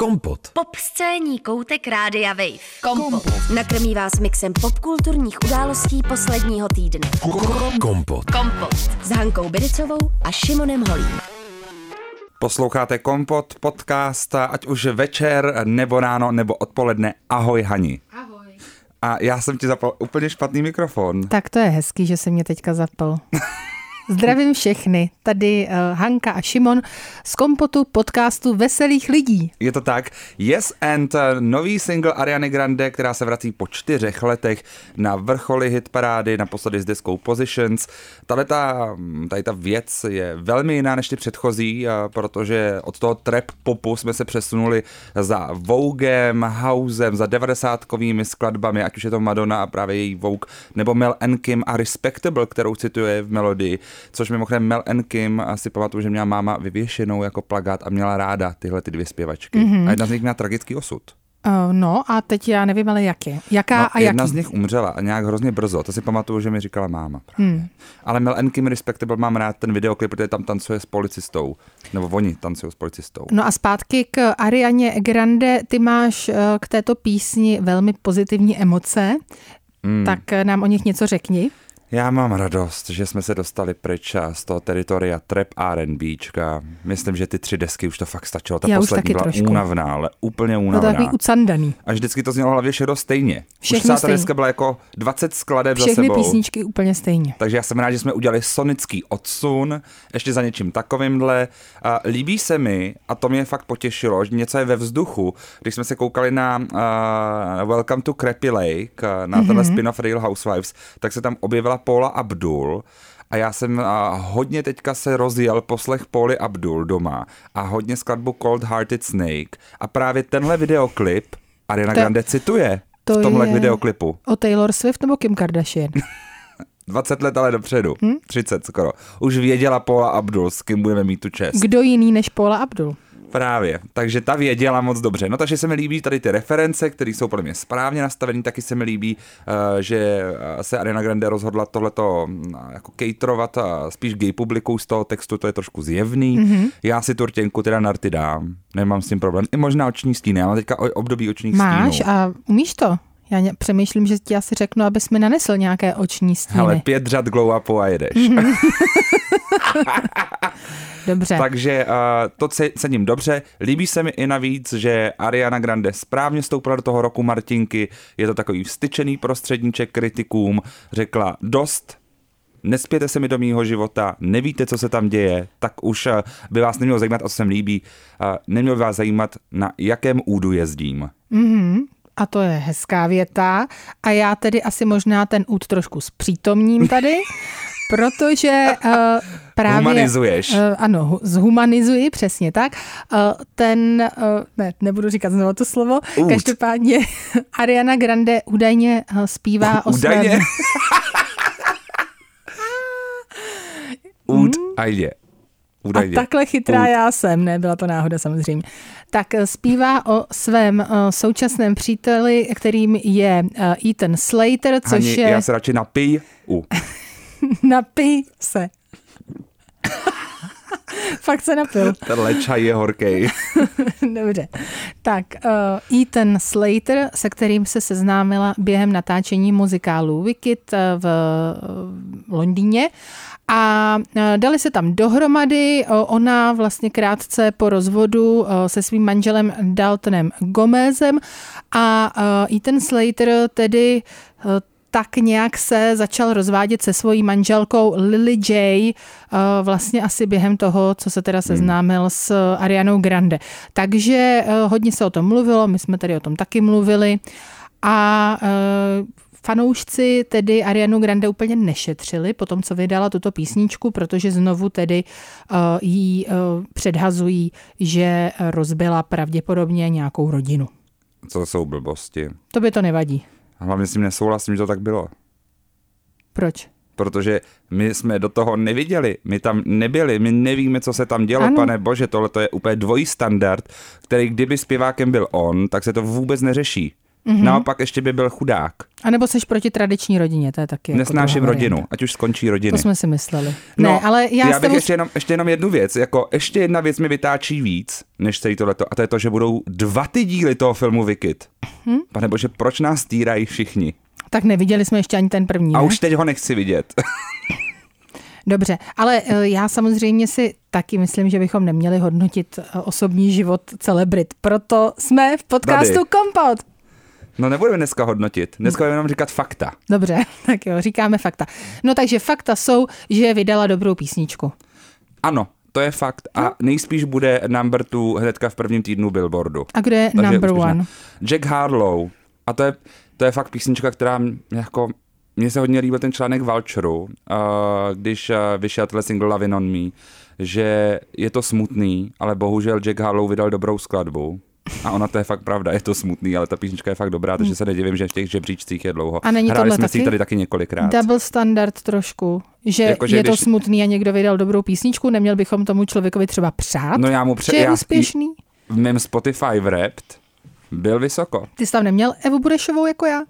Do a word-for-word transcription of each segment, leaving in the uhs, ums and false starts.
Kompot. Popscénní koutek Rádia Wave. Kompot. Nakrmí vás mixem popkulturních událostí posledního týdne. Kompot. Kompot. S Hankou Bidicovou a Šimonem Holím. Posloucháte Kompot, podcast, ať už večer, nebo ráno, nebo odpoledne. Ahoj, Hani. Ahoj. A já jsem ti zapal úplně špatný mikrofon. Tak to je hezký, že se mě teďka zapal. Zdravím všechny, tady uh, Hanka a Šimon z Kompotu, podcastu Veselých lidí. Je to tak. Yes and uh, nový single Ariany Grande, která se vrací po čtyřech letech na vrcholy hitparády, naposledy s deskou Positions. Tady ta, tady ta věc je velmi jiná než ty předchozí, uh, protože od toho trap popu jsme se přesunuli za Vogem, Housem, za devadesátkovými skladbami, ať už je to Madonna a právě její Vogue, nebo Mel and Kim a Respectable, kterou cituje v melodii. Což mimochodem Mel and Kim si pamatuju, že měla máma vyvěšenou jako plakát a měla ráda tyhle ty dvě zpěvačky. Mm-hmm. A jedna z nich měla tragický osud. Uh, no a teď já nevím, ale jak je. Jaká no, a jaký? Jedna z nich umřela a nějak hrozně brzo. To si pamatuju, že mi říkala máma. Hmm. Ale Mel and Kim Respectable mám rád ten videoklip, protože tam tancuje s policistou. Nebo oni tancují s policistou. No a zpátky k Arianě Grande. Ty máš uh, k této písni velmi pozitivní emoce. Hmm. Tak nám o nich něco řekni. Já mám radost, že jsme se dostali pryč z toho teritoria trap R and Bčka. Myslím, že ty tři desky už to fakt stačilo. Ta Já poslední byla trošku. únavná, ale úplně únavná. To takový ucandaný. A vždycky to znělo hlavně všechno stejně. Všechno už ta deska byla jako dvacet skladeb za sebou. Všechny písničky úplně stejně. Takže já jsem rád, že jsme udělali sonický odsun, ještě za něčím takovýmhle. A líbí se mi, a to mě fakt potěšilo, že něco je ve vzduchu. Když jsme se koukali na uh, Welcome to Crappy Lake, na mm-hmm. tenhle spin-off Real Housewives, tak se tam objevila Paula Abdul a já jsem uh, hodně teďka se rozjel poslech Pauly Abdul doma a hodně skladbu Cold Hearted Snake a právě tenhle videoklip Ariana to, Grande cituje to v tomhle je videoklipu. O Taylor Swift nebo Kim Kardashian? dvacet let ale dopředu, hm? třicet skoro. Už věděla Paula Abdul, s kým budeme mít tu čest. Kdo jiný než Paula Abdul? Právě, takže ta věděla moc dobře. No takže se mi líbí tady ty reference, které jsou podle mě správně nastavené, taky se mi líbí, uh, že se Ariana Grande rozhodla tohleto uh, jako caterovat uh, spíš gay publiku z toho textu, to je trošku zjevný. Mm-hmm. Já si tu rtěnku teda narty dám, nemám s tím problém. I možná oční stíny, já mám teďka období očních stínů. Máš a umíš to? Já ně, přemýšlím, že ti asi řeknu, abys mi nanesl nějaké oční stíny. Hele, pět řad glow upu a jedeš. Mm-hmm. Dobře. Takže uh, to cením dobře. Líbí se mi i navíc, že Ariana Grande správně stoupila do toho roku Martinky. Je to takový vstyčený prostředníček kritikům. Řekla dost, nespěte se mi do mýho života, nevíte, co se tam děje, tak už uh, by vás nemělo zajímat, a co se mi líbí, uh, nemělo by vás zajímat, na jakém údu jezdím. Mhm. A to je hezká věta. A já tedy asi možná ten úd trošku zpřítomním tady, protože uh, právě... Humanizuješ. Uh, ano, zhumanizuji, přesně tak. Uh, ten, uh, ne, nebudu říkat znovu to slovo, Úd. Každopádně Ariana Grande údajně uh, zpívá o Údajně? svém... Úd a jde. Údajně. A takhle chytrá Úd. Já jsem, ne, byla to náhoda samozřejmě. Tak zpívá o svém uh, současném příteli, kterým je uh, Ethan Slater, což Hani, je... já se radši napij. U. Napij se. Fakt se napil. Tenhle čaj je horkej. Dobře. Tak uh, Ethan Slater, se kterým se seznámila během natáčení muzikálu Wicked v uh, Londýně. A dali se tam dohromady, ona vlastně krátce po rozvodu se svým manželem Daltonem Gomezem a Ethan Slater tedy tak nějak se začal rozvádět se svojí manželkou Lily J. vlastně asi během toho, co se teda seznámil s Arianou Grande. Takže hodně se o tom mluvilo, my jsme tady o tom taky mluvili a fanoušci tedy Arianu Grande úplně nešetřili po tom, co vydala tuto písničku, protože znovu tedy uh, jí uh, předhazují, že rozbila pravděpodobně nějakou rodinu. Co jsou blbosti? To by to nevadí. Hlavně s tím nesouhlasím, že to tak bylo. Proč? Protože my jsme do toho neviděli, my tam nebyli, my nevíme, co se tam dělo, ano. Pane bože, tohle to je úplně dvojí standard, který kdyby zpěvákem byl on, tak se to vůbec neřeší. Mm-hmm. Naopak ještě by byl chudák. A nebo seš proti tradiční rodině, to je taky. Nesnáším jako rodinu, ať už skončí rodiny. To jsme si mysleli. No, ne, ale já, já bych tebou... ještě, jenom, ještě jenom jednu věc, jako ještě jedna věc mi vytáčí víc, než celý tohleto, a to je to, že budou dva ty díly toho filmu Wicked. Hm? Pane bože, proč nás týrají všichni? Tak neviděli jsme ještě ani ten první, A ne? už teď ho nechci vidět. Dobře, ale já samozřejmě si taky myslím, že bychom neměli hodnotit osobní život celebrit. Proto jsme v podcastu Tady. Kompot. No nebudeme dneska hodnotit, dneska budeme jenom říkat fakta. Dobře, tak jo, říkáme fakta. No takže fakta jsou, že vydala dobrou písničku. Ano, to je fakt a no. nejspíš bude number two hnedka v prvním týdnu Billboardu. A kdo je Takže number úspěšná. one? Jack Harlow. A to je, to je fakt písnička, která jako... Mně se hodně líbil ten článek Vultureu, uh, když uh, vyšel tenhle single Lovin' on Me, že je to smutný, ale bohužel Jack Harlow vydal dobrou skladbu. A ona to je fakt pravda, je to smutný, ale ta písnička je fakt dobrá, takže se nedivím, že v těch žebříčcích je dlouho. A není Hráli jsme taky? si ji tady taky několikrát. Double standard trošku, že jako, že je když... to smutný a někdo vydal dobrou písničku, neměl bychom tomu člověkovi třeba přát, no já mu pře- že je já úspěšný? V mém Spotify Wrapped byl vysoko. Ty jsi tam neměl Evu Burešovou jako já?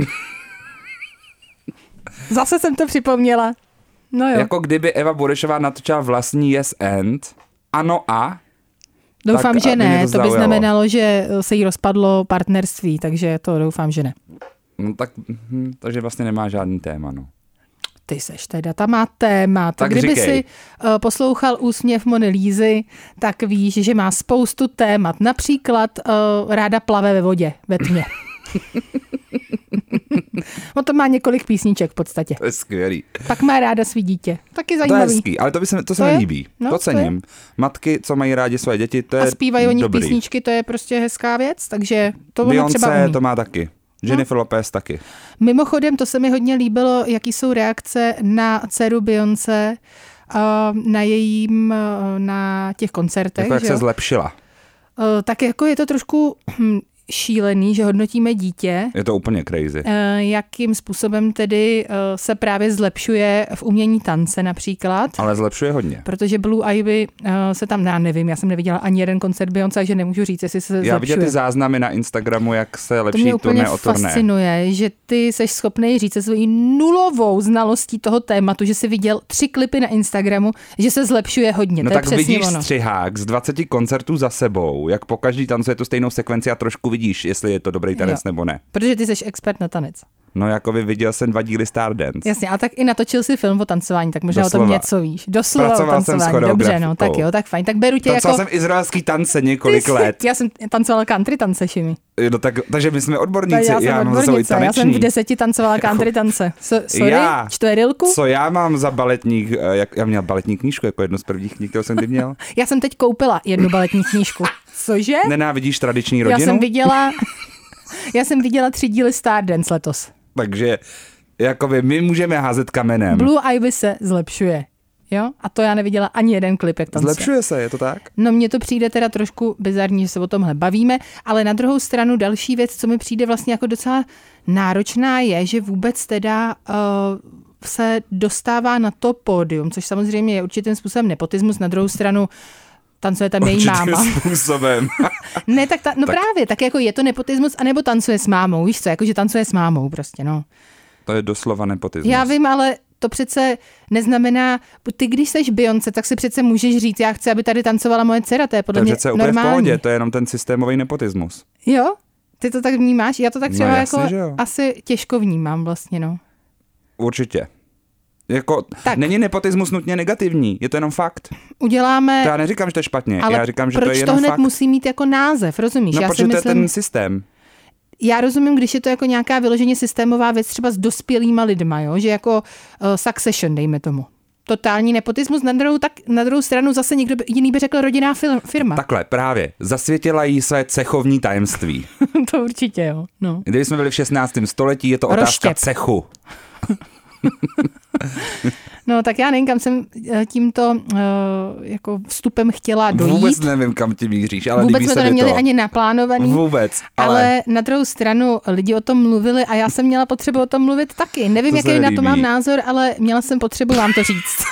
Zase jsem to připomněla. No jo. Jako kdyby Eva Burešová natočila vlastní Yes and, ano a? Doufám, tak, že ne. To, to by zaujalo. znamenalo, že se jí rozpadlo partnerství, takže to doufám, že ne. No tak, hm, takže vlastně nemá žádný téma, no. Ty seš teda, ta má téma. Tak kdyby říkej. si uh, poslouchal úsměv Mony Lízy, tak víš, že má spoustu témat. Například uh, ráda plave ve vodě, ve tmě. On to má několik písniček v podstatě. To je skvělý. Pak má ráda svý dítě. Taky To zajímavý. je hezký, ale to, by se, to se To mi je? líbí. No, to to cením. je. Matky, co mají rádi své děti, to je A zpívají o nich dobrý. písničky, to je prostě hezká věc, takže to ona třeba Beyoncé umí. to má taky. Jennifer no. Lopez taky. Mimochodem, to se mi hodně líbilo, jaký jsou reakce na dceru Beyoncé, uh, na jejím, uh, na těch koncertech. Jako jak že se jo? zlepšila. Uh, tak jako je to trošku hm, šílený, že hodnotíme dítě. Je to úplně crazy. Uh, jakým způsobem tedy uh, se právě zlepšuje v umění tance například. Ale zlepšuje hodně. Protože Blue Ivy uh, se tam, já nevím, já jsem neviděla ani jeden koncert Beyoncé, takže nemůžu říct, jestli se Já zlepšuje. viděl ty záznamy na Instagramu, jak se To lepší mě úplně turné o turné. fascinuje, že ty seš schopný říct se svojí nulovou znalostí toho tématu, že jsi viděl tři klipy na Instagramu, že se zlepšuje hodně. No to tak je přesně vidíš ono. střihák z dvaceti koncertů za sebou, jak po každý tancuje tu stejnou sekvenci a trošku vidíš, jestli je to dobrý tanec Jo. nebo ne. Protože ty jsi expert na tanec. No jako by viděl jsem dva díly Stardance. Jasně, a tak i natočil si film o tancování, tak možná Doslova. o tom něco víš. Doslova Pracoval o jsem s tancování. Dobře, no, tak choreografkou. jo, tak fajn. Tak beru tě Tancoval jako... jsem izraelský tance několik Ty jsi- let. Já jsem tancovala country tance, Šimi. No tak, takže my jsme Tak odborníci, já jsem já mám za sebou i odbornice, já jsem taneční. v deseti tancovala country tance. So, sorry, Já? čtverilku? Co já mám za baletník, eh, jak, já měl baletní knížku, jako jednu z prvních knih, kterou jsem kdy měl. Já jsem teď koupila jednu baletní knížku. Cože? Nenávidíš tradiční Já rodinu? jsem viděla... Já jsem viděla tři díly Stardance letos. Takže jakoby my můžeme házet kamenem. Blue Ivy se zlepšuje. Jo? A to já neviděla ani jeden klip, jak tancuje. Zlepšuje se, je to tak? No mně to přijde teda trošku bizarní, že se o tomhle bavíme, ale na druhou stranu další věc, co mi přijde vlastně jako docela náročná, je, že vůbec teda uh, se dostává na to pódium, což samozřejmě je určitým způsobem nepotismus, na druhou stranu tancuje tam její Určitým máma. způsobem. Ne, tak, ta, no Tak. právě, tak jako je to nepotismus, anebo tancuje s mámou, víš co, jako že tancuje s mámou prostě, no. To je doslova nepotismus. Já vím, ale to přece neznamená, ty když seš Beyoncé, tak si přece můžeš říct, já chci, aby tady tancovala moje dcera, to je To podle je mě přece úplně normální. v pohodě, to je jenom ten systémový nepotismus. Jo? Ty to tak vnímáš? Já to tak No třeba jasně, jako že jo. asi těžko vnímám vlastně, no. Určitě. Jako, Tak. není nepotismus nutně negativní, je to jenom fakt. Uděláme, To já neříkám, že to je špatně, ale já říkám, že proč to je to jenom hned fakt. musí mít jako název, rozumíš? No, já protože si to myslím, je ten systém. já rozumím, když je to jako nějaká vyloženě systémová věc třeba s dospělýma lidma, jo? Že jako uh, Succession, dejme tomu. Totální nepotismus, na druhou, tak, na druhou stranu zase někdo by, jiný by řekl rodinná fil, firma. Takhle, právě. Zasvětila jí své cechovní tajemství. To určitě, jo. No. Kdyby jsme byli v šestnáctém století, je to otázka Roštěp. cechu. No tak já nevím, kam jsem tímto uh, jako vstupem chtěla dojít. Vůbec nevím, kam ty míříš, ale vůbec jsme to neměli to. ani naplánovaný. Vůbec, ale... ale na druhou stranu lidi o tom mluvili a já jsem měla potřebu o tom mluvit taky. Nevím, to jaký na to mám názor, ale měla jsem potřebu vám to říct.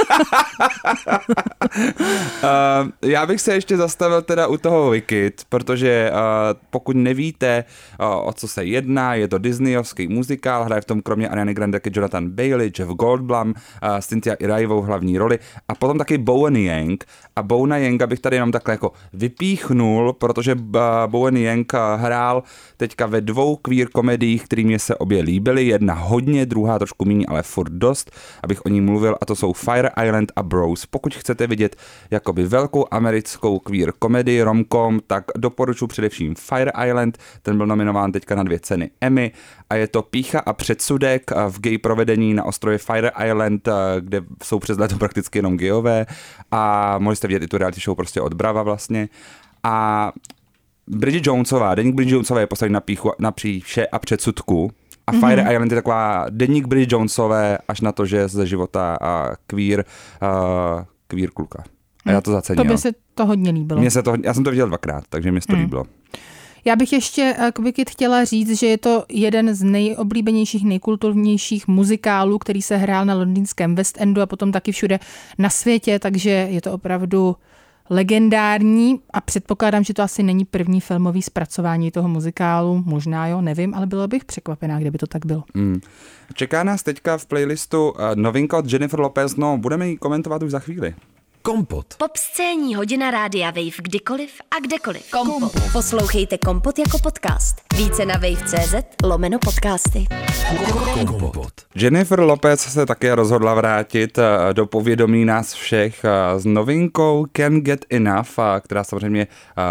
uh, já bych se ještě zastavil teda u toho Wicked, protože uh, pokud nevíte, uh, o co se jedná, je to disneyovský muzikál, hraje v tom kromě Ariany Grande taky Jonathan Bailey, Jeff Goldblum, uh, Cynthia Erivo v hlavní roli a potom taky Bowen Yang. A Bowena Yanga bych tady jenom takhle jako vypíchnul, protože uh, Bowen Yang uh, hrál teďka ve dvou queer komediích, které mě se obě líbily. Jedna hodně, druhá trošku méně, ale furt dost, abych o ní mluvil, a to jsou Fire Island a Bros. Pokud chcete vidět jakoby velkou americkou queer komedii, romcom, tak doporučuji především Fire Island, ten byl nominován teďka na dvě ceny Emmy a je to pícha a předsudek v gay provedení na ostrově Fire Island, kde jsou přes léto prakticky jenom gayové a můžete vidět i tu reality show prostě od Brava vlastně. A Bridget Jonesová, deník Bridget Jonesové je postavený na píchu, na příše a předsudku. A mm-hmm. Fire Island je taková deník Bridget Jonesové až na to, že je ze života a queer, uh, queer kluka. A já to zacenil. To by se to hodně líbilo. Mně se to, já jsem to viděl dvakrát, takže mi se to mm. líbilo. Já bych ještě k Wicked chtěla říct, že je to jeden z nejoblíbenějších, nejkulturnějších muzikálů, který se hrál na londýnském West Endu a potom taky všude na světě, takže je to opravdu legendární a předpokládám, že to asi není první filmový zpracování toho muzikálu, možná jo, nevím, ale byla bych překvapená, kdyby to tak bylo. Mm. Čeká nás teďka v playlistu novinka od Jennifer Lopez, no budeme ji komentovat už za chvíli. Kompot. Popscénní hodina rádia Wave kdykoliv a kdekoliv. Kompot. Kompot. Poslouchejte Kompot jako podcast. Více na wave tečka cz lomeno podcasty. Kompot. Jennifer Lopez se také rozhodla vrátit do povědomí nás všech s novinkou Can't Get Enough, která samozřejmě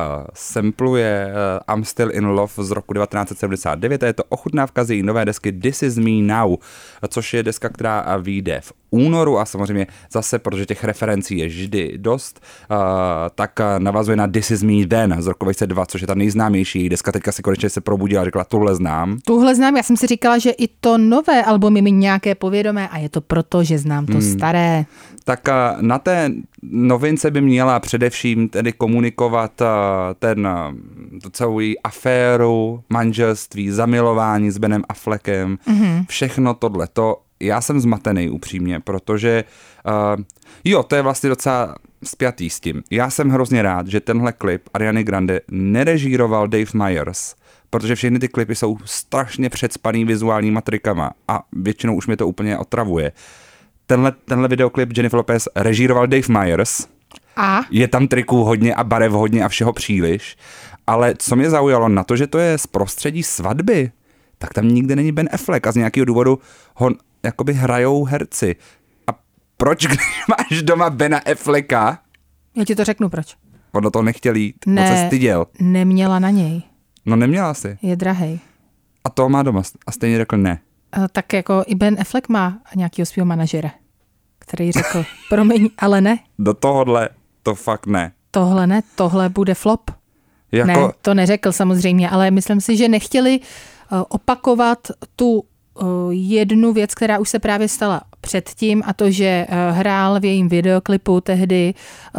sampluje I'm Still in Love z roku devatenáct set sedmdesát devět. Je to ochutnávka z její nové desky This Is Me Now, což je deska, která vyjde v únoru a samozřejmě zase, protože těch referencí je vždy dost, uh, tak navazuje na This Is Me Then z roku dva tisíce dva, což je ta nejznámější její deska. Teďka si konečně se probudila a řekla, tuhle znám. Tuhle znám, já jsem si říkala, že i to nové album je mi nějaké povědomé a je to proto, že znám to hmm. staré. Tak uh, na té novince by měla především tedy komunikovat uh, ten, uh, tu celou její aféru, manželství, zamilování s Benem Affleckem, mm-hmm. všechno tohleto. Já jsem zmatený upřímně, protože uh, jo, to je vlastně docela spjatý s tím. Já jsem hrozně rád, že tenhle klip Ariany Grande nerežíroval Dave Meyers, protože všechny ty klipy jsou strašně předspaný vizuálníma trikama a většinou už mě to úplně otravuje. Tenhle, tenhle videoklip Jennifer Lopez režíroval Dave Meyers. A? Je tam triků hodně a barev hodně a všeho příliš, ale co mě zaujalo na to, že to je z prostředí svatby, tak tam nikde není Ben Affleck a z nějakého důvodu ho jakoby hrajou herci. A proč, když máš doma Bena Afflecka? Já ti to řeknu, proč. On do toho nechtěl jít, ne, on se styděl. Neměla na něj. No neměla si. Je drahej. A toho má doma a stejně řekl ne. A tak jako i Ben Affleck má nějakého svého manažera, který řekl, promiň, ale ne. Do tohohle to fakt ne. Tohle ne, tohle bude flop. Jako... Ne, to neřekl samozřejmě, ale myslím si, že nechtěli opakovat tu jednu věc, která už se právě stala předtím, a to, že hrál v jejím videoklipu tehdy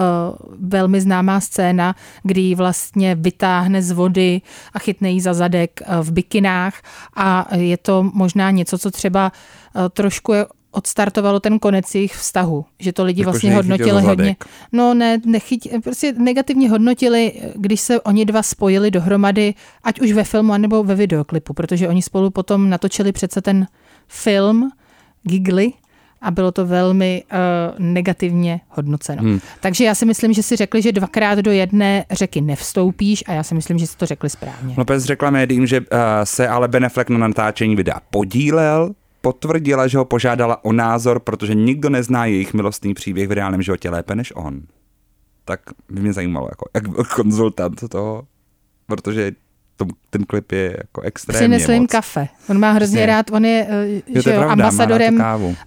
velmi známá scéna, kdy ji vlastně vytáhne z vody a chytne jí za zadek v bikinách a je to možná něco, co třeba trošku odstartovalo ten konec jejich vztahu, že to lidi jako vlastně hodnotili hodně. No ne, nechyť, prostě negativně hodnotili, když se oni dva spojili dohromady, ať už ve filmu, anebo ve videoklipu, protože oni spolu potom natočili přece ten film Giggly a bylo to velmi uh, negativně hodnoceno. Hmm. Takže já si myslím, že si řekli, že dvakrát do jedné řeky nevstoupíš a já si myslím, že si to řekli správně. Lopez řekla médiím, že uh, se ale Ben Affleck na natáčení videa podílel, potvrdila, že ho požádala o názor, protože nikdo nezná jejich milostný příběh v reálném životě lépe než on. Tak by mě zajímalo, jako, jak byl konzultant toho, protože to, ten klip je jako extrémně Přinesl jim kafe. On má hrozně rád, on je, je že jo, pravda, ambasadorem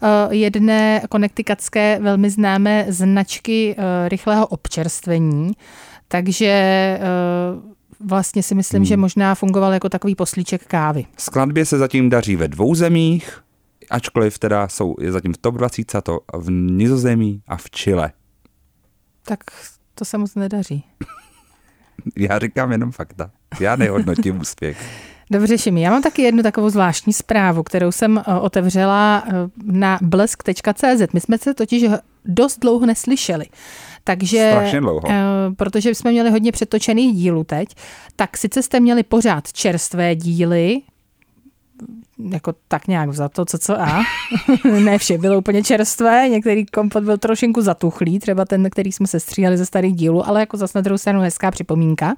jedné connecticutské velmi známé značky rychlého občerstvení, takže vlastně si myslím, hmm. že možná fungoval jako takový poslíček kávy. Skladbě se zatím daří ve dvou zemích, ačkoliv teda jsou je zatím v top dvacet, a to v Nizozemí a v Chile. Tak to se moc nedaří. Já říkám jenom fakta. Já nehodnotím úspěch. Dobře, Šimi, já mám taky jednu takovou zvláštní zprávu, kterou jsem otevřela na blesk tečka cé zet. My jsme se totiž dost dlouho neslyšeli. Takže, strašně dlouho. Protože jsme měli hodně přetočených dílů teď, tak sice jste měli pořád čerstvé díly, jako tak nějak za to, co co a. Ne vše bylo úplně čerstvé, některý kompot byl trošinku zatuchlý, třeba ten, který jsme se stříhali ze starých dílů, ale jako zase na druhou stranu hezká připomínka.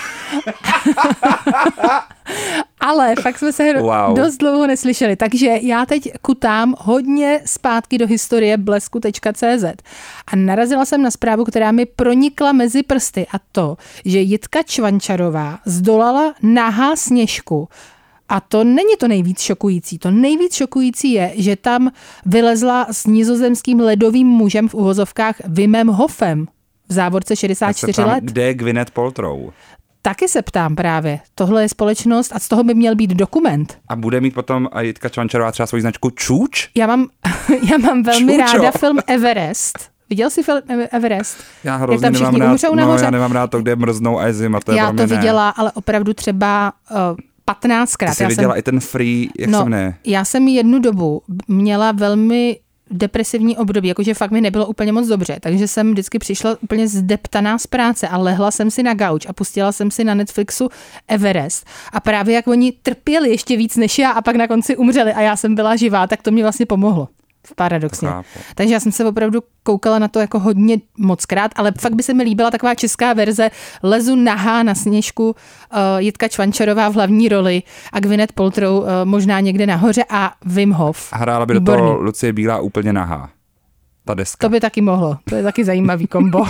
Ale fakt jsme se wow. dost dlouho neslyšeli, takže já teď kutám hodně zpátky do historie blesku tečka cé zet a narazila jsem na zprávu, která mi pronikla mezi prsty, a to, že Jitka Čvančarová zdolala nahá Sněžku. A to není to nejvíc šokující. To nejvíc šokující je, že tam vylezla s nizozemským ledovým mužem v uvozovkách Wimem Hofem v závorce šedesát čtyři let. Kde je Gwyneth Paltrow? Taky se ptám právě. Tohle je společnost a z toho by měl být dokument. A bude mít potom Jitka Čvančarová třeba svoji značku Čůč? Já mám, já mám velmi Čučo. ráda film Everest. Viděl jsi film Everest? Já hrozně nemám rád, no, já nemám rád to, kde mrznou a je zima. To je já to ne. viděla, ale opravdu třeba uh, patnáctkrát. Ty jsi já viděla jsem, i ten free, jak no, se jmenuje? Já jsem jednu dobu měla velmi depresivní období, jakože fakt mi nebylo úplně moc dobře, takže jsem vždycky přišla úplně zdeptaná z práce a lehla jsem si na gauč a pustila jsem si na Netflixu Everest a právě jak oni trpěli ještě víc než já a pak na konci umřeli a já jsem byla živá, tak to mě vlastně pomohlo. Paradoxně. Takže já jsem se opravdu koukala na to jako hodně mockrát, ale fakt by se mi líbila taková česká verze Lezu nahá na Sněžku, uh, Jitka Čvančarová v hlavní roli a Gwyneth Paltrow uh, možná někde nahoře a Wim Hof. A hrála by do toho Lucie Bílá úplně nahá. Ta deska. To by taky mohlo. To je taky zajímavý kombo.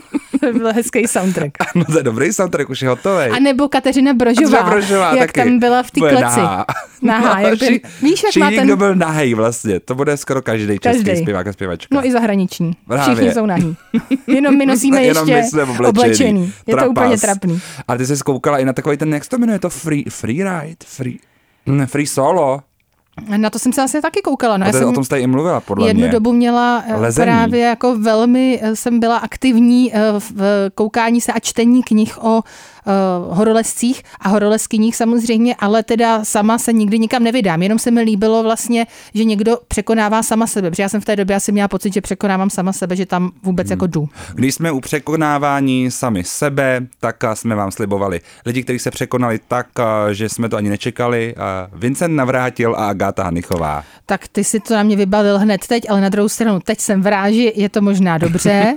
To byl hezký soundtrack. No to je dobrý soundtrack, už je hotový. A nebo Kateřina Brožová, Brožová jak taky. tam byla v té kleci. Nahá. Nahá, no, jak ten, ši, víš, jak má ten... kdo byl nahej vlastně, to bude skoro každý český každý. zpěvák a zpěvačka. No i zahraniční. Právě. Všichni jsou nahý. Jenom my nosíme Jenom ještě my oblečený. Je Trapas. To úplně trapný. Ale ty jsi zkoukala i na takový ten, jak se to jmenuje, to free, free ride, free, free solo. Na to jsem se asi taky koukala. No, já jsem o tom jste i mluvila, podle jednu mě. dobu měla Lezení. Právě jako velmi, jsem byla aktivní v koukání se a čtení knih o uh, horolezcích a horolezkyních samozřejmě, ale teda sama se nikdy nikam nevydám. Jenom se mi líbilo vlastně, že někdo překonává sama sebe, protože já jsem v té době asi měla pocit, že překonávám sama sebe, že tam vůbec hmm. jako jdu. Když jsme u překonávání sami sebe, tak jsme vám slibovali lidi, kteří se překonali tak, že jsme to ani nečekali. Vincent Navrátil a Agáta Hanichová. Tak ty si to na mě vybavil hned teď, ale na druhou stranu teď jsem v ráži, je to možná dobře.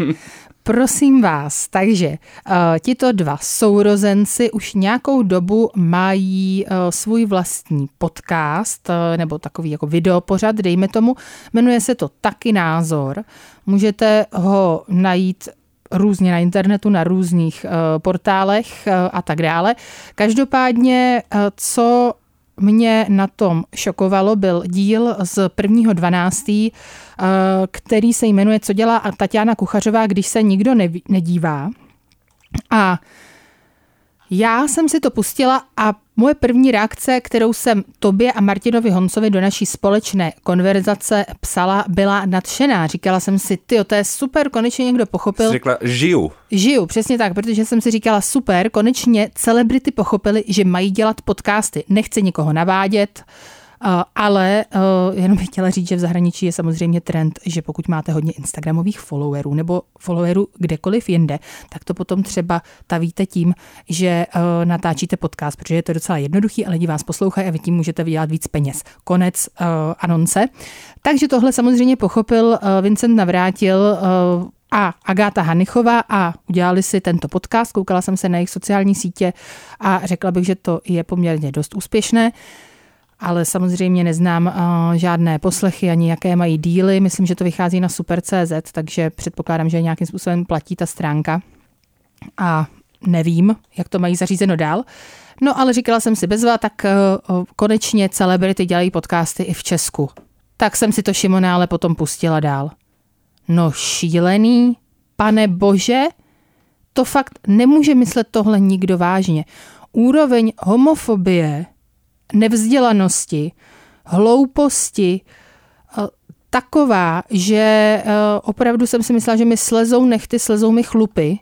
Prosím vás, takže uh, tito dva sourozenci už nějakou dobu mají uh, svůj vlastní podcast, uh, nebo takový jako videopořad, dejme tomu, jmenuje se to Taky názor. Můžete ho najít různě na internetu, na různých uh, portálech uh, a tak dále. Každopádně, uh, co mě na tom šokovalo, byl díl z prvního dvanáctého, který se jmenuje Co dělá Tatiana Kuchařová, když se nikdo neví, nedívá. A já jsem si to pustila a moje první reakce, kterou jsem tobě a Martinovi Honcovi do naší společné konverzace psala, byla nadšená. Říkala jsem si, tyjo, to je super, konečně někdo pochopil. Jsi řekla, žiju. Žiju, přesně tak, protože jsem si říkala, super, konečně celebrity pochopili, že mají dělat podcasty. Nechci nikoho navádět, Uh, ale uh, jenom bych chtěla říct, že v zahraničí je samozřejmě trend, že pokud máte hodně instagramových followerů nebo followerů kdekoliv jinde, tak to potom třeba tavíte tím, že uh, natáčíte podcast, protože je to docela jednoduchý a lidi vás poslouchají a vy tím můžete vydělat víc peněz. Konec uh, anonce. Takže tohle samozřejmě pochopil uh, Vincent Navrátil uh, a Agáta Hanichová a udělali si tento podcast. Koukala jsem se na jejich sociální sítě a řekla bych, že to je poměrně dost úspěšné. Ale samozřejmě neznám uh, žádné poslechy ani jaké mají díly. Myslím, že to vychází na super tečka cé zet, takže předpokládám, že nějakým způsobem platí ta stránka. A nevím, jak to mají zařízeno dál. No ale říkala jsem si bezva, tak uh, konečně celebrity dělají podcasty i v Česku. Tak jsem si to Šimonále potom pustila dál. No šílený, pane bože, to fakt nemůže myslet tohle nikdo vážně. Úroveň homofobie, nevzdělanosti, hlouposti, taková, že opravdu jsem si myslela, že mi slezou nechty, slezou mi chlupy.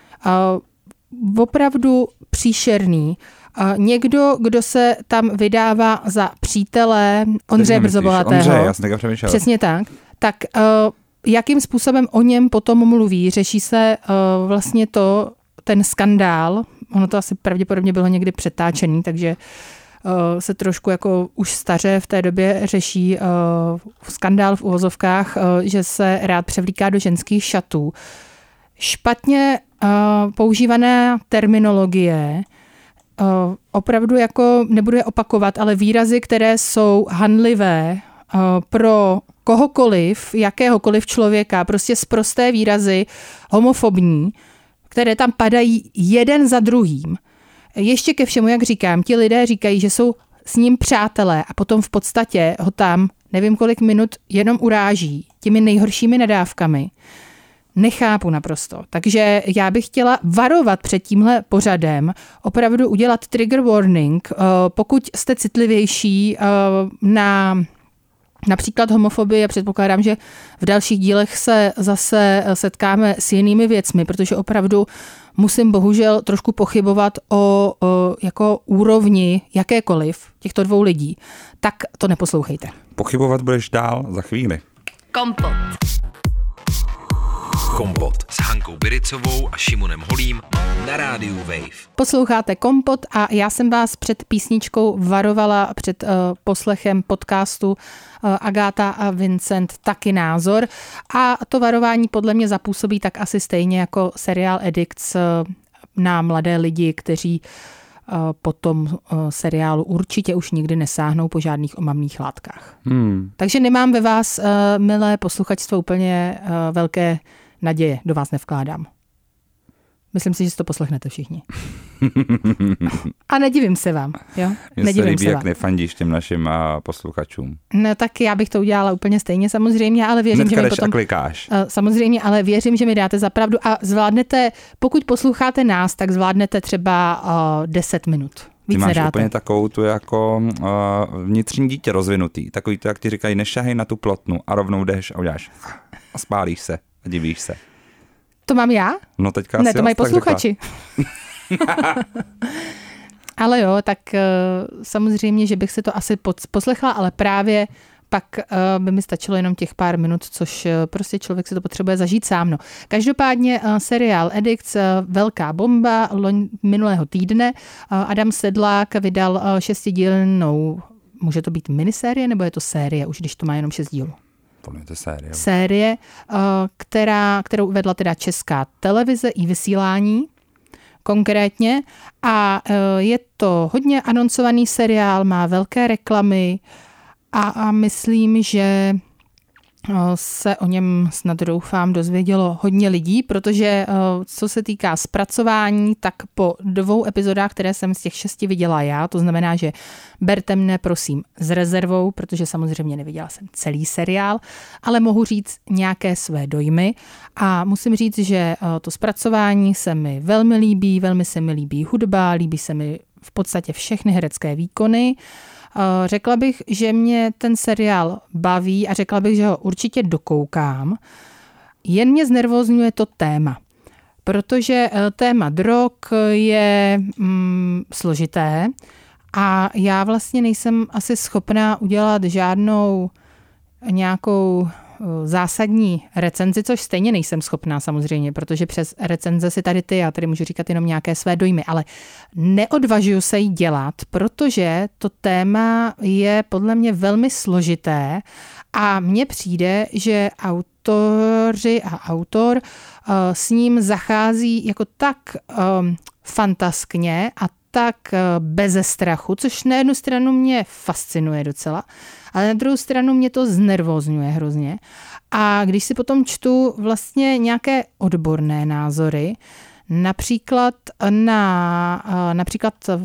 Opravdu příšerný. Někdo, kdo se tam vydává za přítele Ondřeje Brzobohatého. Ondřej, já jsem takhle přemýšlel. Přesně tak. Tak jakým způsobem o něm potom mluví? Řeší se vlastně to, ten skandál. Ono to asi pravděpodobně bylo někdy přetáčený, takže se trošku jako už staře v té době řeší skandál v uvozovkách, že se rád převlíká do ženských šatů. Špatně používaná terminologie, opravdu jako, nebudu je opakovat, ale výrazy, které jsou hanlivé pro kohokoliv, jakéhokoliv člověka, prostě sprosté výrazy, homofobní, které tam padají jeden za druhým. Ještě ke všemu, jak říkám, ti lidé říkají, že jsou s ním přátelé a potom v podstatě ho tam nevím kolik minut jenom uráží těmi nejhoršími nadávkami. Nechápu naprosto. Takže já bych chtěla varovat před tímhle pořadem, opravdu udělat trigger warning, pokud jste citlivější na například homofobii, a předpokládám, že v dalších dílech se zase setkáme s jinými věcmi, protože opravdu musím bohužel trošku pochybovat o, o jako úrovni jakékoliv těchto dvou lidí. Tak to neposlouchejte. Pochybovat budeš dál za chvíli. Kompot. Kompot s Hankou Biricovou a Šimonem Holím na rádiu Wave. Posloucháte Kompot a já jsem vás před písničkou varovala před uh, poslechem podcastu uh, Agáta a Vincent Taky názor a to varování podle mě zapůsobí tak asi stejně jako seriál Addicts uh, na mladé lidi, kteří uh, po tom uh, seriálu určitě už nikdy nesáhnou po žádných omamných látkách. Hmm. Takže nemám ve vás, uh, milé posluchačstvo, úplně uh, velké naděje, do vás nevkládám. Myslím si, že si to poslechnete všichni. A nedivím se vám. Jo? Mně nedivím se líbí, se jak vám. nefandíš těm našim a, posluchačům. No tak já bych to udělala úplně stejně samozřejmě, ale věřím, Hnedka že mi jdeš potom... a klikáš. Samozřejmě, ale věřím, že mi dáte za pravdu a zvládnete, pokud posloucháte nás, tak zvládnete třeba uh, deset minut. Víc Ty máš nedáte. úplně takovou tu jako uh, vnitřní dítě rozvinutý. Takový to, jak ti říkají, nešahej na tu plotnu a rovnou jdeš a uděláš a spálíš se a divíš se. To mám já? No teďka Ne, asi to mají tak posluchači. Ale jo, tak uh, samozřejmě, že bych si to asi poslechla, ale právě pak uh, by mi stačilo jenom těch pár minut, což uh, prostě člověk si to potřebuje zažít sám. No. Každopádně uh, seriál Addicts, uh, velká bomba loň, minulého týdne. Uh, Adam Sedlák vydal uh, šestidílnou, může to být minisérie, nebo je to série, už když to má jenom šest dílů? Podle to série. Série, uh, která, kterou uvedla teda Česká televize i vysílání konkrétně. A uh, je to hodně anoncovaný seriál, má velké reklamy, A, a myslím, že se o něm snad doufám dozvědělo hodně lidí, protože co se týká zpracování, tak po dvou epizodách, které jsem z těch šesti viděla já, to znamená, že berte mne prosím s rezervou, protože samozřejmě neviděla jsem celý seriál, ale mohu říct nějaké své dojmy a musím říct, že to zpracování se mi velmi líbí, velmi se mi líbí hudba, líbí se mi v podstatě všechny herecké výkony. Řekla bych, že mě ten seriál baví a řekla bych, že ho určitě dokoukám. Jen mě znervózňuje to téma, protože téma drog je mm, složité a já vlastně nejsem asi schopná udělat žádnou nějakou zásadní recenzi, což stejně nejsem schopná samozřejmě, protože přes recenze si tady ty, já tady můžu říkat jenom nějaké své dojmy, ale neodvažuju se jí dělat, protože to téma je podle mě velmi složité a mně přijde, že autoři a autor uh, s ním zachází jako tak um, fantaskně a tak uh, beze strachu, což na jednu stranu mě fascinuje docela, ale na druhou stranu mě to znervózňuje hrozně. A když si potom čtu vlastně nějaké odborné názory, například na například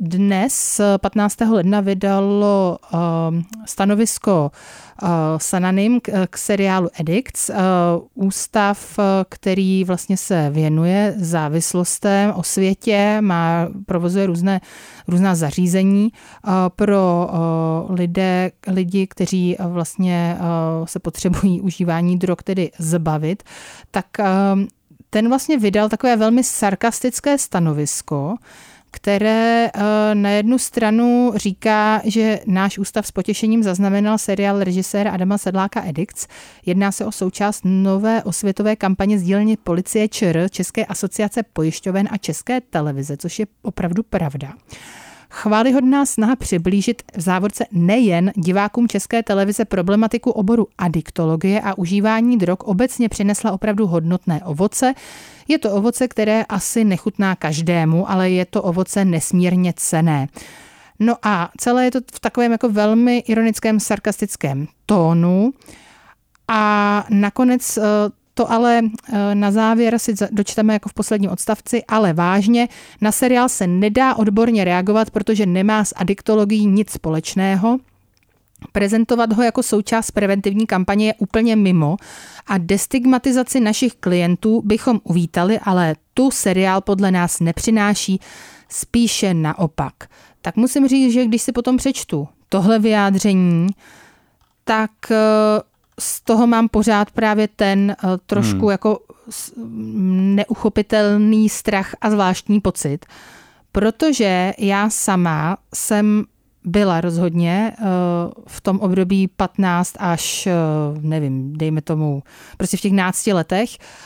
dnes patnáctého ledna vydalo stanovisko Sananym k seriálu Addicts, ústav, který vlastně se věnuje závislostem, osvětě, má, provozuje různé, různá zařízení pro lidé, lidi, kteří vlastně se potřebují užívání drog tedy zbavit, tak ten vlastně vydal takové velmi sarkastické stanovisko, které na jednu stranu říká, že náš ústav s potěšením zaznamenal seriál režiséra Adama Sedláka Addicts. Jedná se o součást nové osvětové kampaně z dílny Policie ČR, České asociace pojišťoven a České televize, což je opravdu pravda. Chvályhodná snaha přiblížit v závorce nejen divákům České televize problematiku oboru adiktologie a užívání drog obecně přinesla opravdu hodnotné ovoce. Je to ovoce, které asi nechutná každému, ale je to ovoce nesmírně cenné. No a celé je to v takovém jako velmi ironickém, sarkastickém tónu. A nakonec to ale na závěr si dočteme jako v posledním odstavci, ale vážně, na seriál se nedá odborně reagovat, protože nemá s adiktologií nic společného. Prezentovat ho jako součást preventivní kampaně je úplně mimo a destigmatizaci našich klientů bychom uvítali, ale tu seriál podle nás nepřináší, spíše naopak. Tak musím říct, že když si potom přečtu tohle vyjádření, tak z toho mám pořád právě ten trošku hmm. jako neuchopitelný strach a zvláštní pocit, protože já sama jsem byla rozhodně v tom období patnáct až, nevím, dejme tomu, prostě v těch nácti letech,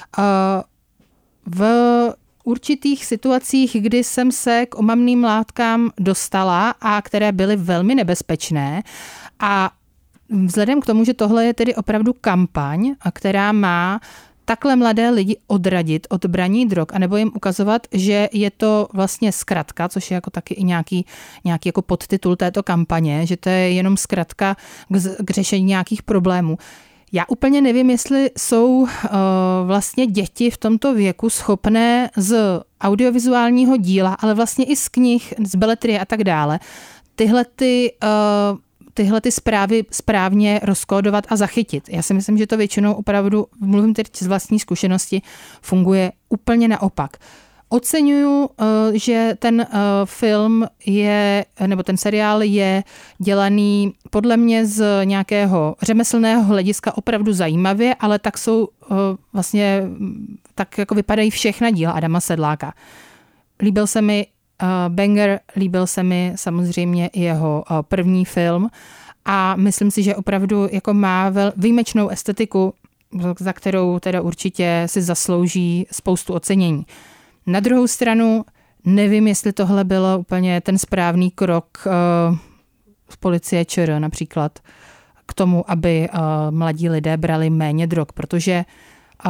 v určitých situacích, kdy jsem se k omamným látkám dostala a které byly velmi nebezpečné a vzhledem k tomu, že tohle je tedy opravdu kampaň, která má takhle mladé lidi odradit od braní drog, anebo jim ukazovat, že je to vlastně zkratka, což je jako taky i nějaký, nějaký jako podtitul této kampaně, že to je jenom zkratka k, k řešení nějakých problémů. Já úplně nevím, jestli jsou uh, vlastně děti v tomto věku schopné z audiovizuálního díla, ale vlastně i z knih, z beletrie a tak dále, tyhle ty uh, tyhle ty zprávy správně rozkódovat a zachytit. Já si myslím, že to většinou opravdu, mluvím teď z vlastní zkušenosti, funguje úplně naopak. Oceňuju, že ten film je, nebo ten seriál je dělaný podle mě z nějakého řemeslného hlediska opravdu zajímavě, ale tak jsou vlastně, tak jako vypadají všechna díla Adama Sedláka. Líbil se mi Uh, Banger, líbil se mi samozřejmě i jeho uh, první film a myslím si, že opravdu jako má vel, výjimečnou estetiku, za kterou teda určitě si zaslouží spoustu ocenění. Na druhou stranu nevím, jestli tohle bylo úplně ten správný krok uh, z Policie ČR například k tomu, aby uh, mladí lidé brali méně drog, protože uh,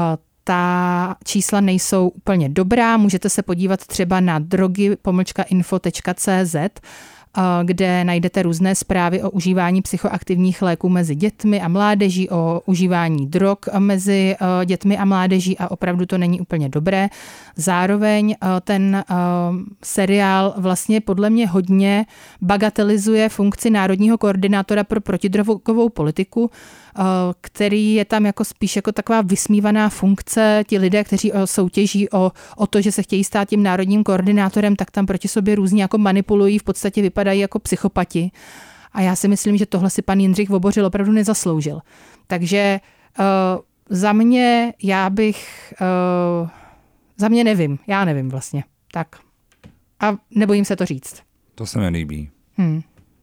ta čísla nejsou úplně dobrá. Můžete se podívat třeba na drogy pomlčka info tečka cé zet, kde najdete různé zprávy o užívání psychoaktivních léků mezi dětmi a mládeží, o užívání drog mezi dětmi a mládeží a opravdu to není úplně dobré. Zároveň ten seriál vlastně podle mě hodně bagatelizuje funkci národního koordinátora pro protidrogovou politiku, který je tam jako spíš jako taková vysmívaná funkce. Ti lidé, kteří soutěží o, o to, že se chtějí stát tím národním koordinátorem, tak tam proti sobě různě jako manipulují, v podstatě vypadají jako psychopati. A já si myslím, že tohle si pan Jindřich Vobořil opravdu nezasloužil. Takže uh, za mě, já bych, uh, za mě nevím, já nevím vlastně. Tak. A nebojím se to říct. To se mi líbí. Hmm.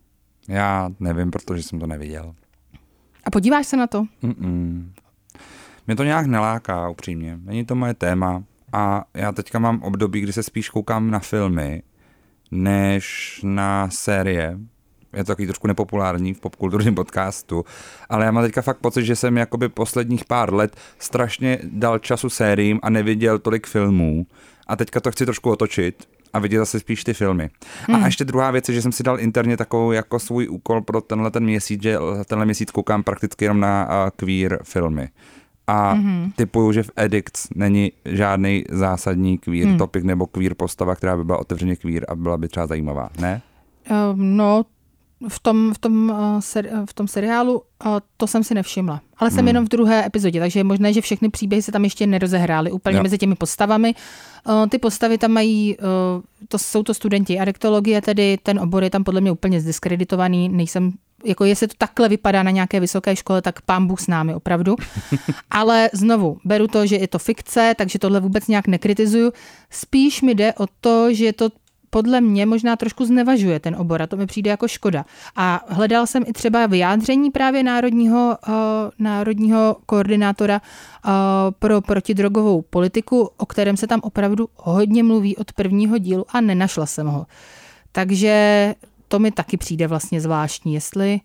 Já nevím, protože jsem to neviděl. A podíváš se na to? Mm-mm. Mě to nějak neláká, upřímně. Není to moje téma. A já teďka mám období, kdy se spíš koukám na filmy, než na série. Je to takový trošku nepopulární v popkulturním podcastu, ale já mám teďka fakt pocit, že jsem jakoby posledních pár let strašně dal času sériím a neviděl tolik filmů. A teďka to chci trošku otočit a vidět zase spíš ty filmy. Hmm. A ještě druhá věc je, že jsem si dal interně takovou jako svůj úkol pro tenhle ten měsíc, že tenhle měsíc koukám prakticky jenom na uh, queer filmy. A mm-hmm. typuju, že v Addicts není žádný zásadní queer mm. topic nebo queer postava, která by byla otevřeně queer a byla by třeba zajímavá, ne? Uh, no, v tom, v tom, uh, seri- v tom seriálu uh, to jsem si nevšimla. Ale jsem hmm. jenom v druhé epizodě, takže je možné, že všechny příběhy se tam ještě nerozehrály úplně jo. mezi těmi postavami. Uh, ty postavy tam mají, uh, to jsou to studenti adektologie, tedy ten obor je tam podle mě úplně zdiskreditovaný, nejsem jako jestli to takhle vypadá na nějaké vysoké škole, tak pán Bůh s námi opravdu. Ale znovu, beru to, že je to fikce, takže tohle vůbec nějak nekritizuju. Spíš mi jde o to, že to podle mě možná trošku znevažuje ten obor a to mi přijde jako škoda. A hledal jsem i třeba vyjádření právě národního, uh, národního koordinátora uh, pro protidrogovou politiku, o kterém se tam opravdu hodně mluví od prvního dílu a nenašla jsem ho. Takže to mi taky přijde vlastně zvláštní, jestli,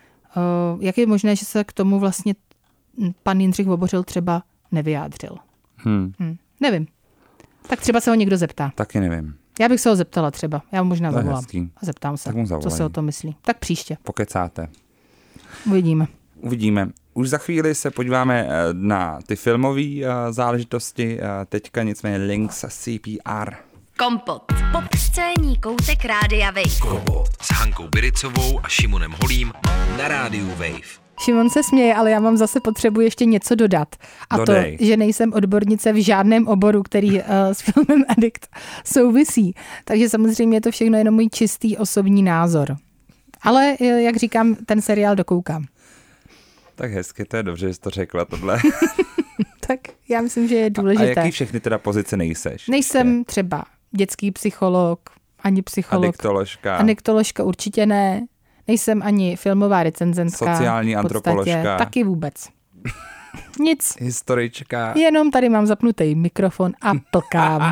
uh, jak je možné, že se k tomu vlastně pan Jindřich Vobořil třeba nevyjádřil. Hmm. Hmm, nevím. Tak třeba se ho někdo zeptá. Taky nevím. Já bych se ho zeptala třeba. Já mu možná To je zavolám. hezký. A zeptám se, Tak co si o to myslí. Tak příště. Pokecáte. Uvidíme. Uvidíme. Už za chvíli se podíváme na ty filmové záležitosti. Teďka nicméně Links C P R. Kompot. Popscénní koutek Rádia Wave. Kompot s Hankou Biricovou a Šimonem Holím na Rádiu Wave. Šimon se směje, ale já mám zase potřebu ještě něco dodat. A Dodej. to, že nejsem odbornice v žádném oboru, který uh, s filmem Addict souvisí. Takže samozřejmě je to všechno jenom můj čistý osobní názor. Ale, jak říkám, ten seriál dokoukám. Tak hezky, to je dobře, že jsi to řekla tohle. Tak já myslím, že je důležité. A, a jaký všechny teda pozice nejseš? Nejsem třeba dětský psycholog, ani psycholog. Adiktoložka. Adiktoložka určitě ne. Nejsem ani filmová recenzentka. Sociální antropoložka. Taky vůbec. Nic. Historička. Jenom tady mám zapnutý mikrofon a plkám.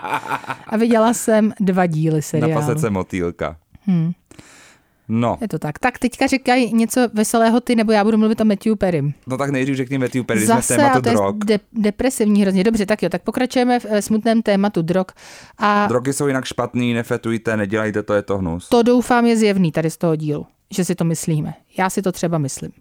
A viděla jsem dva díly seriálu. Na pasece motýlka. Hmm. No. Je to tak. Tak teďka říkaj něco veselého ty, nebo já budu mluvit o Matthew Perrym. No tak nejdřív řekni Matthew Perry, Zase, jsme v tématu a to drog. je de- depresivní hrozně. Dobře, tak jo, tak pokračujeme v eh, smutném tématu drog. A Drogy jsou jinak špatný, nefetujte, nedělejte to, je to hnus. to doufám je zjevný tady z toho dílu, že si to myslíme. Já si to třeba myslím.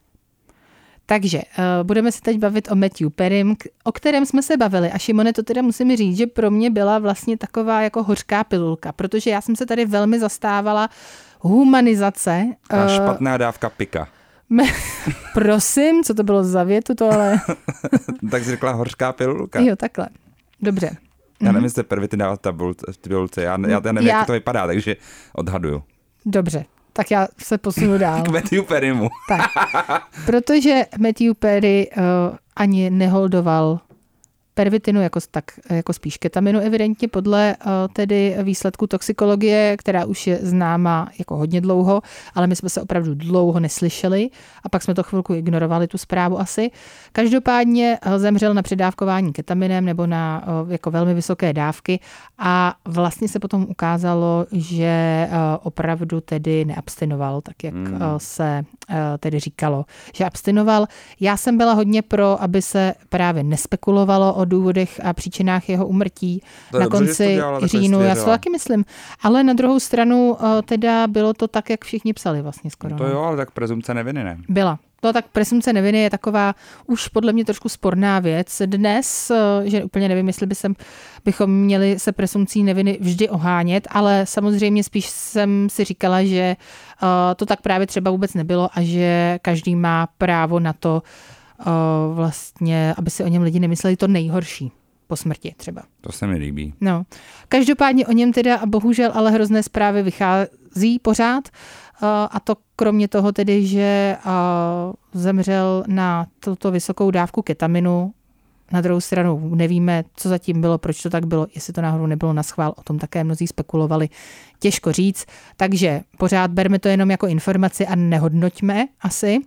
Takže uh, budeme se teď bavit o Matthew Perrym, o kterém jsme se bavili. A Šimone, to teda musím říct, že pro mě byla vlastně taková jako hořká pilulka, protože já jsem se tady velmi zastávala humanizace. Ta uh, špatná dávka pika. Me, prosím, co to bylo za větu tohle? Tak jsi řekla hořká pilulka. Jo, takhle. Dobře. Já nevím, jestli pervy ty dává v tabulce, já, já, já nevím, Já- jak to vypadá, takže odhaduju. Dobře, tak já se posunu dál. K Matthew Perrymu. Tak, protože Matthew Perry uh, ani neholdoval pervitinu jako, tak, jako spíš ketaminu evidentně podle uh, tedy výsledku toxikologie, která už je známa jako hodně dlouho, ale my jsme se opravdu dlouho neslyšeli a pak jsme to chvilku ignorovali, tu zprávu asi. Každopádně uh, zemřel na předávkování ketaminem nebo na uh, jako velmi vysoké dávky a vlastně se potom ukázalo, že uh, opravdu tedy neabstinoval, tak jak mm. uh, se uh, tedy říkalo, že abstinoval. Já jsem byla hodně pro, aby se právě nespekulovalo o důvodech a příčinách jeho úmrtí na dobře, konci dělala, říjnu. Já si to taky myslím. Ale na druhou stranu teda bylo to tak, jak všichni psali vlastně skoro. To jo, ale tak prezumce neviny, ne? Byla. No tak presumce neviny je taková už podle mě trošku sporná věc. Dnes, že úplně nevím, jestli by sem, bychom měli se presumcí neviny vždy ohánět, ale samozřejmě spíš jsem si říkala, že uh, to tak právě třeba vůbec nebylo a že každý má právo na to, Uh, vlastně, aby si o něm lidi nemysleli to nejhorší po smrti třeba. To se mi líbí. No. Každopádně o něm teda bohužel ale hrozné zprávy vychází pořád uh, a to kromě toho tedy, že uh, zemřel na tuto vysokou dávku ketaminu. Na druhou stranu nevíme, co zatím bylo, proč to tak bylo, jestli to náhodou nebylo na schvál, o tom také mnozí spekulovali, těžko říct. Takže pořád berme to jenom jako informaci a nehodnoťme asi.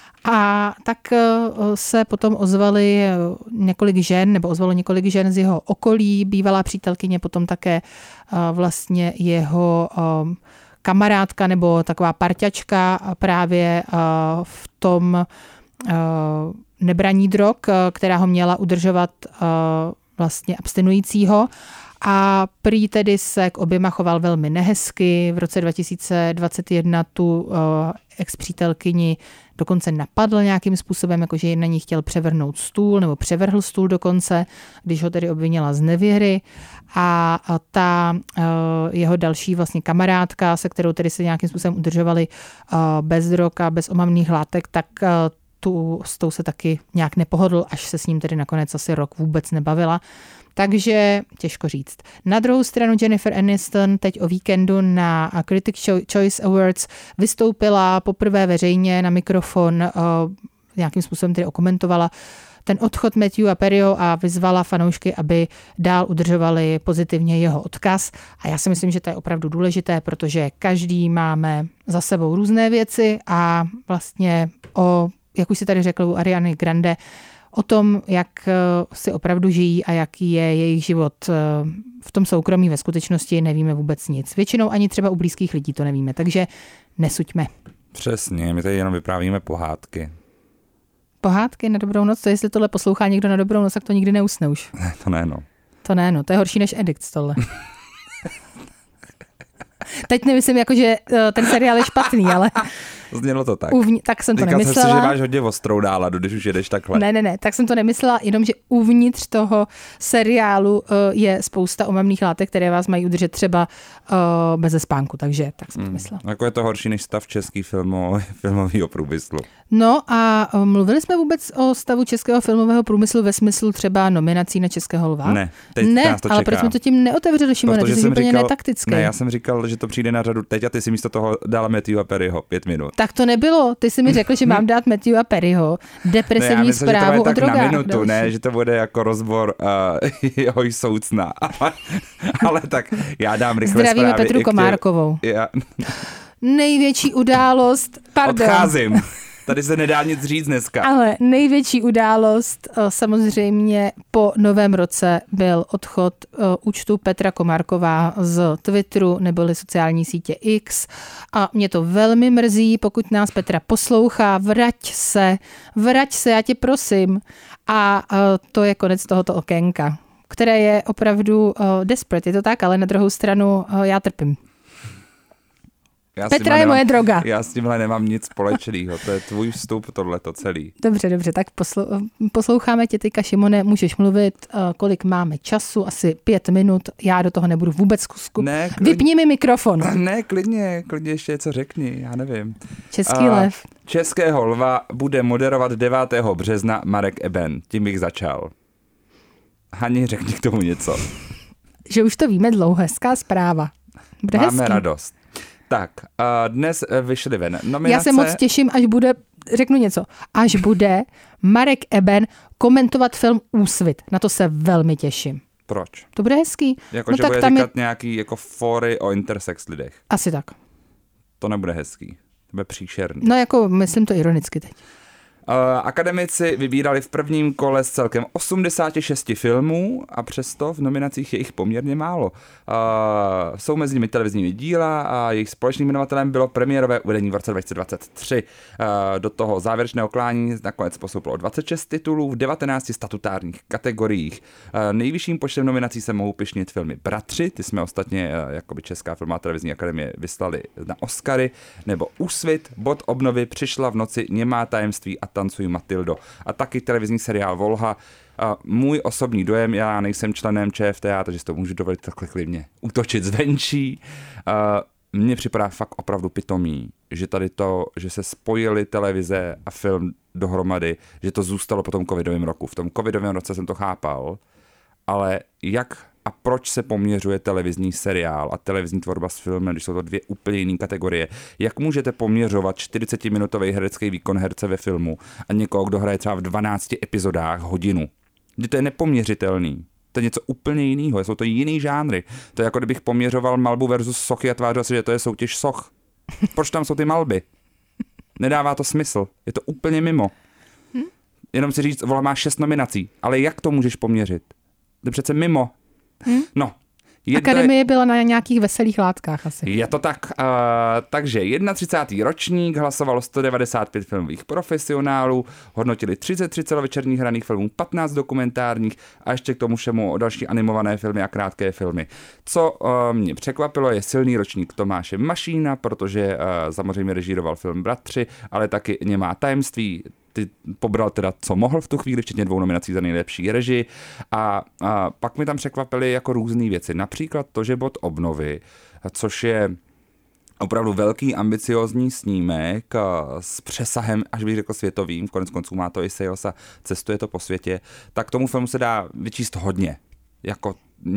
A tak se potom ozvali několik žen, nebo ozvalo několik žen z jeho okolí, bývalá přítelkyně, potom také vlastně jeho kamarádka nebo taková parťačka právě v tom nebraní drog, která ho měla udržovat vlastně abstinujícího. a prý tedy se k oběma choval velmi nehezky. V roce dva tisíce dvacet jedna tu uh, ex-přítelkyni dokonce napadl nějakým způsobem, jakože jen na ní chtěl převrhnout stůl, nebo převrhl stůl dokonce, když ho tedy obvinila z nevěry. A ta uh, jeho další vlastně kamarádka, se kterou tedy se nějakým způsobem udržovali uh, bez drog a bez omamných látek, tak uh, tu, s tou se taky nějak nepohodl, až se s ním tedy nakonec asi rok vůbec nebavila. Takže těžko říct. Na druhou stranu Jennifer Aniston teď o víkendu na Critics' Choice Awards vystoupila poprvé veřejně na mikrofon, uh, nějakým způsobem tedy okomentovala ten odchod Matthewa Perryho a vyzvala fanoušky, aby dál udržovali pozitivně jeho odkaz. A já si myslím, že to je opravdu důležité, protože každý máme za sebou různé věci a vlastně o, jak už si tady řekl u Ariany Grande, o tom, jak si opravdu žijí a jaký je jejich život v tom soukromí ve skutečnosti, nevíme vůbec nic. Většinou ani třeba u blízkých lidí to nevíme, takže nesuďme. Přesně, my tady jenom vyprávíme pohádky. Pohádky na dobrou noc? To jestli tohle poslouchá někdo na dobrou noc, tak to nikdy neusne už. Ne, to ne, no. To ne, no. To je horší než Edict, tohle. Teď nemyslím, jako, že ten seriál je špatný, ale... Znělo to tak. Uvni- tak jsem to Říkal nemyslela. jsem si, že máš hodně ostrou náladu, když už jedeš takhle. Ne, ne, ne, tak jsem to nemyslela, jenom, že uvnitř toho seriálu uh, je spousta omamných látek, které vás mají udržet třeba uh, beze spánku, takže tak jsem to myslela. Hmm, jako je to horší než stav český filmo, filmového průmyslu. No a uh, mluvili jsme vůbec o stavu českého filmového průmyslu ve smyslu třeba nominací na Českého lva? Ne, teď ne, nás to ale čeká. proč jsme to tím neotevřeli, Šimone, Protože ty jsi jsem úplně říkal, netaktický. Ne, já jsem říkal, že to přijde na řadu teď a ty si místo toho dala Matthewa Perryho pět minut. Tak to nebylo. Ty jsi mi řekl, že mám dát Matthewa Perryho depresivní ne, myslím, zprávu že to o bude tak drogách. na minutu, další. ne, že to bude jako rozbor uh, jeho soucna. Ale, ale tak já dám rychle Zdravíme zprávy. Petru Komárkovou. Já... Největší událost, pardon. Odcházím. Tady se nedá nic říct dneska. Ale největší událost samozřejmě po novém roce byl odchod účtu Petra Komárková z Twitteru neboli sociální sítě X a mě to velmi mrzí, pokud nás Petra poslouchá, vrať se, vrať se, já tě prosím. A to je konec tohoto okénka, které je opravdu desperate, je to tak, ale na druhou stranu já trpím. Já Petra je nemám, moje droga. Já s tímhle nemám nic společného, to je tvůj vstup, tohleto celý. Dobře, dobře, tak poslou, posloucháme tě teďka, Šimone, můžeš mluvit, kolik máme času, asi pět minut, já do toho nebudu vůbec zkusku. Ne, klidně, Vypni mi mikrofon. Ne, klidně, klidně ještě něco řekni, já nevím. Český A lev. Českého lva bude moderovat devátého března Marek Eben, tím bych začal. Hani, řekni k tomu něco. Že už to víme dlouho, hezká zpráva. Bude Máme hezký. radost. Tak, dnes vyšly ven nominace. Já se moc těším, až bude, řeknu něco, až bude Marek Eben komentovat film Úsvit. Na to se velmi těším. Proč? To bude hezký. Jako, no že tak bude tam říkat je... nějaký jako fóry o intersex lidech. Asi tak. To nebude hezký. To bude příšerný. No jako, myslím to ironicky teď. Uh, akademici vybírali v prvním kole z celkem osmdesát šest filmů a přesto v nominacích je jich poměrně málo. Uh, jsou mezi nimi televizní díla a jejich společným jmenovatelem bylo premiérové uvedení v roce dva tisíce dvacet tři. Uh, do toho závěrečného klání nakonec postoupilo dvacet šest titulů v devatenácti statutárních kategoriích. Uh, nejvyšším počtem nominací se mohou pyšnit filmy Bratři, ty jsme ostatně uh, jakoby Česká filmová televizní akademie vyslali na Oscary, nebo Úsvit, Bod obnovy, Přišla v noci, Němá tajemství a Tancuj Matildo. A taky televizní seriál Volha. A můj osobní dojem, já nejsem členem ČFTA, takže si to můžu dovolit takhle klidně útočit zvenčí. Mně připadá fakt opravdu pitomý, že tady to, že se spojily televize a film dohromady, že to zůstalo po tom covidovém roku. V tom covidovém roce jsem to chápal, ale jak a proč se poměřuje televizní seriál a televizní tvorba s filmem, když jsou to dvě úplně jiné kategorie? Jak můžete poměřovat čtyřicetiminutový herecký výkon herce ve filmu a někoho, kdo hraje třeba v dvanácti epizodách hodinu? Kdy to je nepoměřitelný. To je něco úplně jiného, jsou to jiný žánry. To je jako kdybych poměřoval malbu versus sochy a tvářil si, že to je soutěž soch. Proč tam jsou ty malby? Nedává to smysl. Je to úplně mimo. Jenom si říct, Vola má šest nominací, ale jak to můžeš poměřit? To je přece mimo. Hmm? No, Je Akademie byla na nějakých veselých látkách asi. Je to tak. Uh, takže třicátý první ročník, hlasovalo sto devadesát pět filmových profesionálů, hodnotili třicet tři celovečerních hraných filmů, patnáct dokumentárních a ještě k tomu všemu další animované filmy a krátké filmy. Co uh, mě překvapilo, je silný ročník Tomáše Mašína, protože uh, samozřejmě režíroval film Bratři, ale taky Němá tajemství. Ty pobral teda, co mohl v tu chvíli, včetně dvou nominací za nejlepší režii. A, a pak mi tam překvapily jako různé věci. Například to, že Bod obnovy, což je opravdu velký ambiciózní snímek s přesahem, až bych řekl světovým, konec konců má to i sales a cestuje to po světě, tak tomu filmu se dá vyčíst hodně. Jako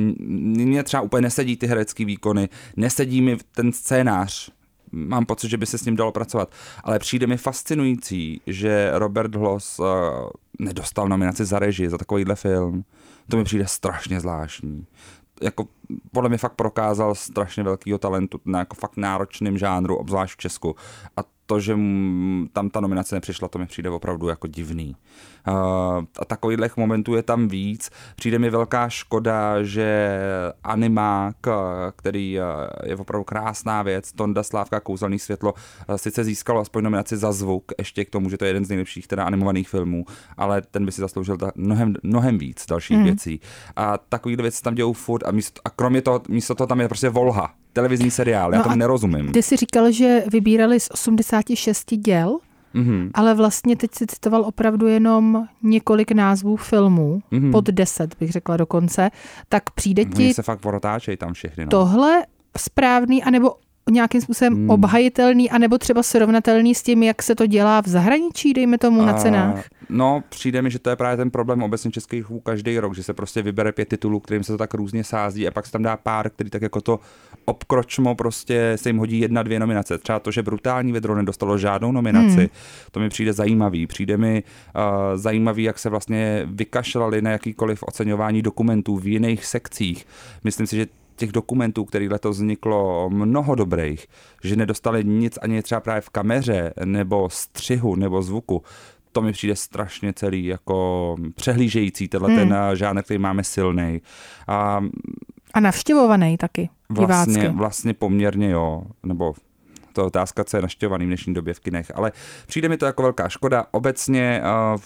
mně třeba úplně nesedí ty herecké výkony, nesedí mi ten scénář, mám pocit, že by se s ním dalo pracovat, ale přijde mi fascinující, že Robert Hloss uh, nedostal nominaci za režii, za takovýhle film. To mi přijde strašně zvláštní. Jako, podle mě fakt prokázal strašně velkýho talentu na jako fakt náročným žánru, obzvlášť v Česku. A to, že tam ta nominace nepřišla, to mi přijde opravdu jako divný. Uh, a takových momentů je tam víc. Přijde mi velká škoda, že animák, který je opravdu krásná věc, Tonda Slávka, Kouzelný světlo, sice získalo aspoň nominaci za zvuk, ještě k tomu, že to je jeden z nejlepších teda animovaných filmů, ale ten by si zasloužil mnohem, mnohem víc dalších mm. věcí. A takovýhle věci tam dějou furt a, místo, a kromě toho, místo toho tam je prostě Volha. Televizní seriál, já no tomu nerozumím. Ty jsi říkal, že vybírali z osmdesáti šesti děl, mm-hmm. ale vlastně teď si citoval opravdu jenom několik názvů filmů, mm-hmm. pod deset bych řekla dokonce, tak přijde ti... Oni se fakt porotáčejí tam všechny. No. Tohle správný, anebo nějakým způsobem hmm. obhajitelný, anebo třeba srovnatelný s tím, jak se to dělá v zahraničí, dejme tomu na cenách? Uh, no, přijde mi, že to je právě ten problém obecně českých filmů každý rok, že se prostě vybere pět titulů, kterým se to tak různě sází a pak se tam dá pár, který tak jako to obkročmo prostě se jim hodí jedna, dvě nominace. Třeba to, že Brutální vedro nedostalo žádnou nominaci, hmm. to mi přijde zajímavý. Přijde mi uh, zajímavý, jak se vlastně vykašlali na jakýkoliv oceňování dokumentů v jiných sekcích. Myslím si, že těch dokumentů, který letos vzniklo mnoho dobrých, že nedostali nic ani třeba právě v kameře, nebo střihu, nebo zvuku, to mi přijde strašně celý jako přehlížející, tenhle hmm. ten žánr, který máme silnej. A, a navštěvovaný taky, vlastně, divácky. Vlastně poměrně jo, nebo to je otázka, co je navštěvovaný v dnešní době v kinech, ale přijde mi to jako velká škoda. Obecně, uh,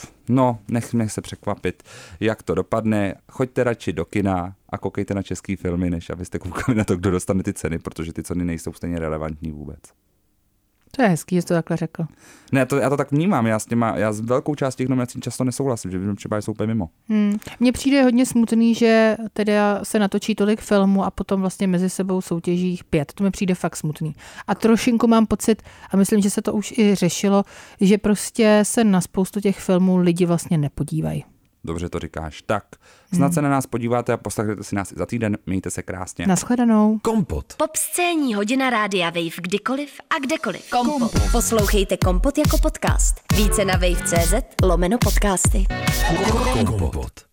no, nechme se překvapit, jak to dopadne. Choďte radši do kina a koukejte na český filmy, než abyste koukali na to, kdo dostane ty ceny, protože ty ceny nejsou stejně relevantní vůbec. To je hezký, že jsi to takhle řekl. Ne, to, já to tak vnímám, já s, těma, já s velkou částí těch nominací často nesouhlasím, že třeba jsou úplně mimo. Hmm. Mně přijde hodně smutný, že teda se natočí tolik filmů a potom vlastně mezi sebou soutěží jich pět. To mi přijde fakt smutný. A trošinku mám pocit, a myslím, že se to už i řešilo, že prostě se na spoustu těch filmů lidi vlastně nepodívají. Dobře to říkáš. Tak, snad hmm. se na nás podíváte a poslechněte si nás i za týden. Mějte se krásně. Nashledanou. Kompot. Popscénní hodina Rádia Wave kdykoliv a kdekoliv. Kompot. Poslouchejte Kompot jako podcast. Více na wave tečka cz lomeno podcasty. Kompot.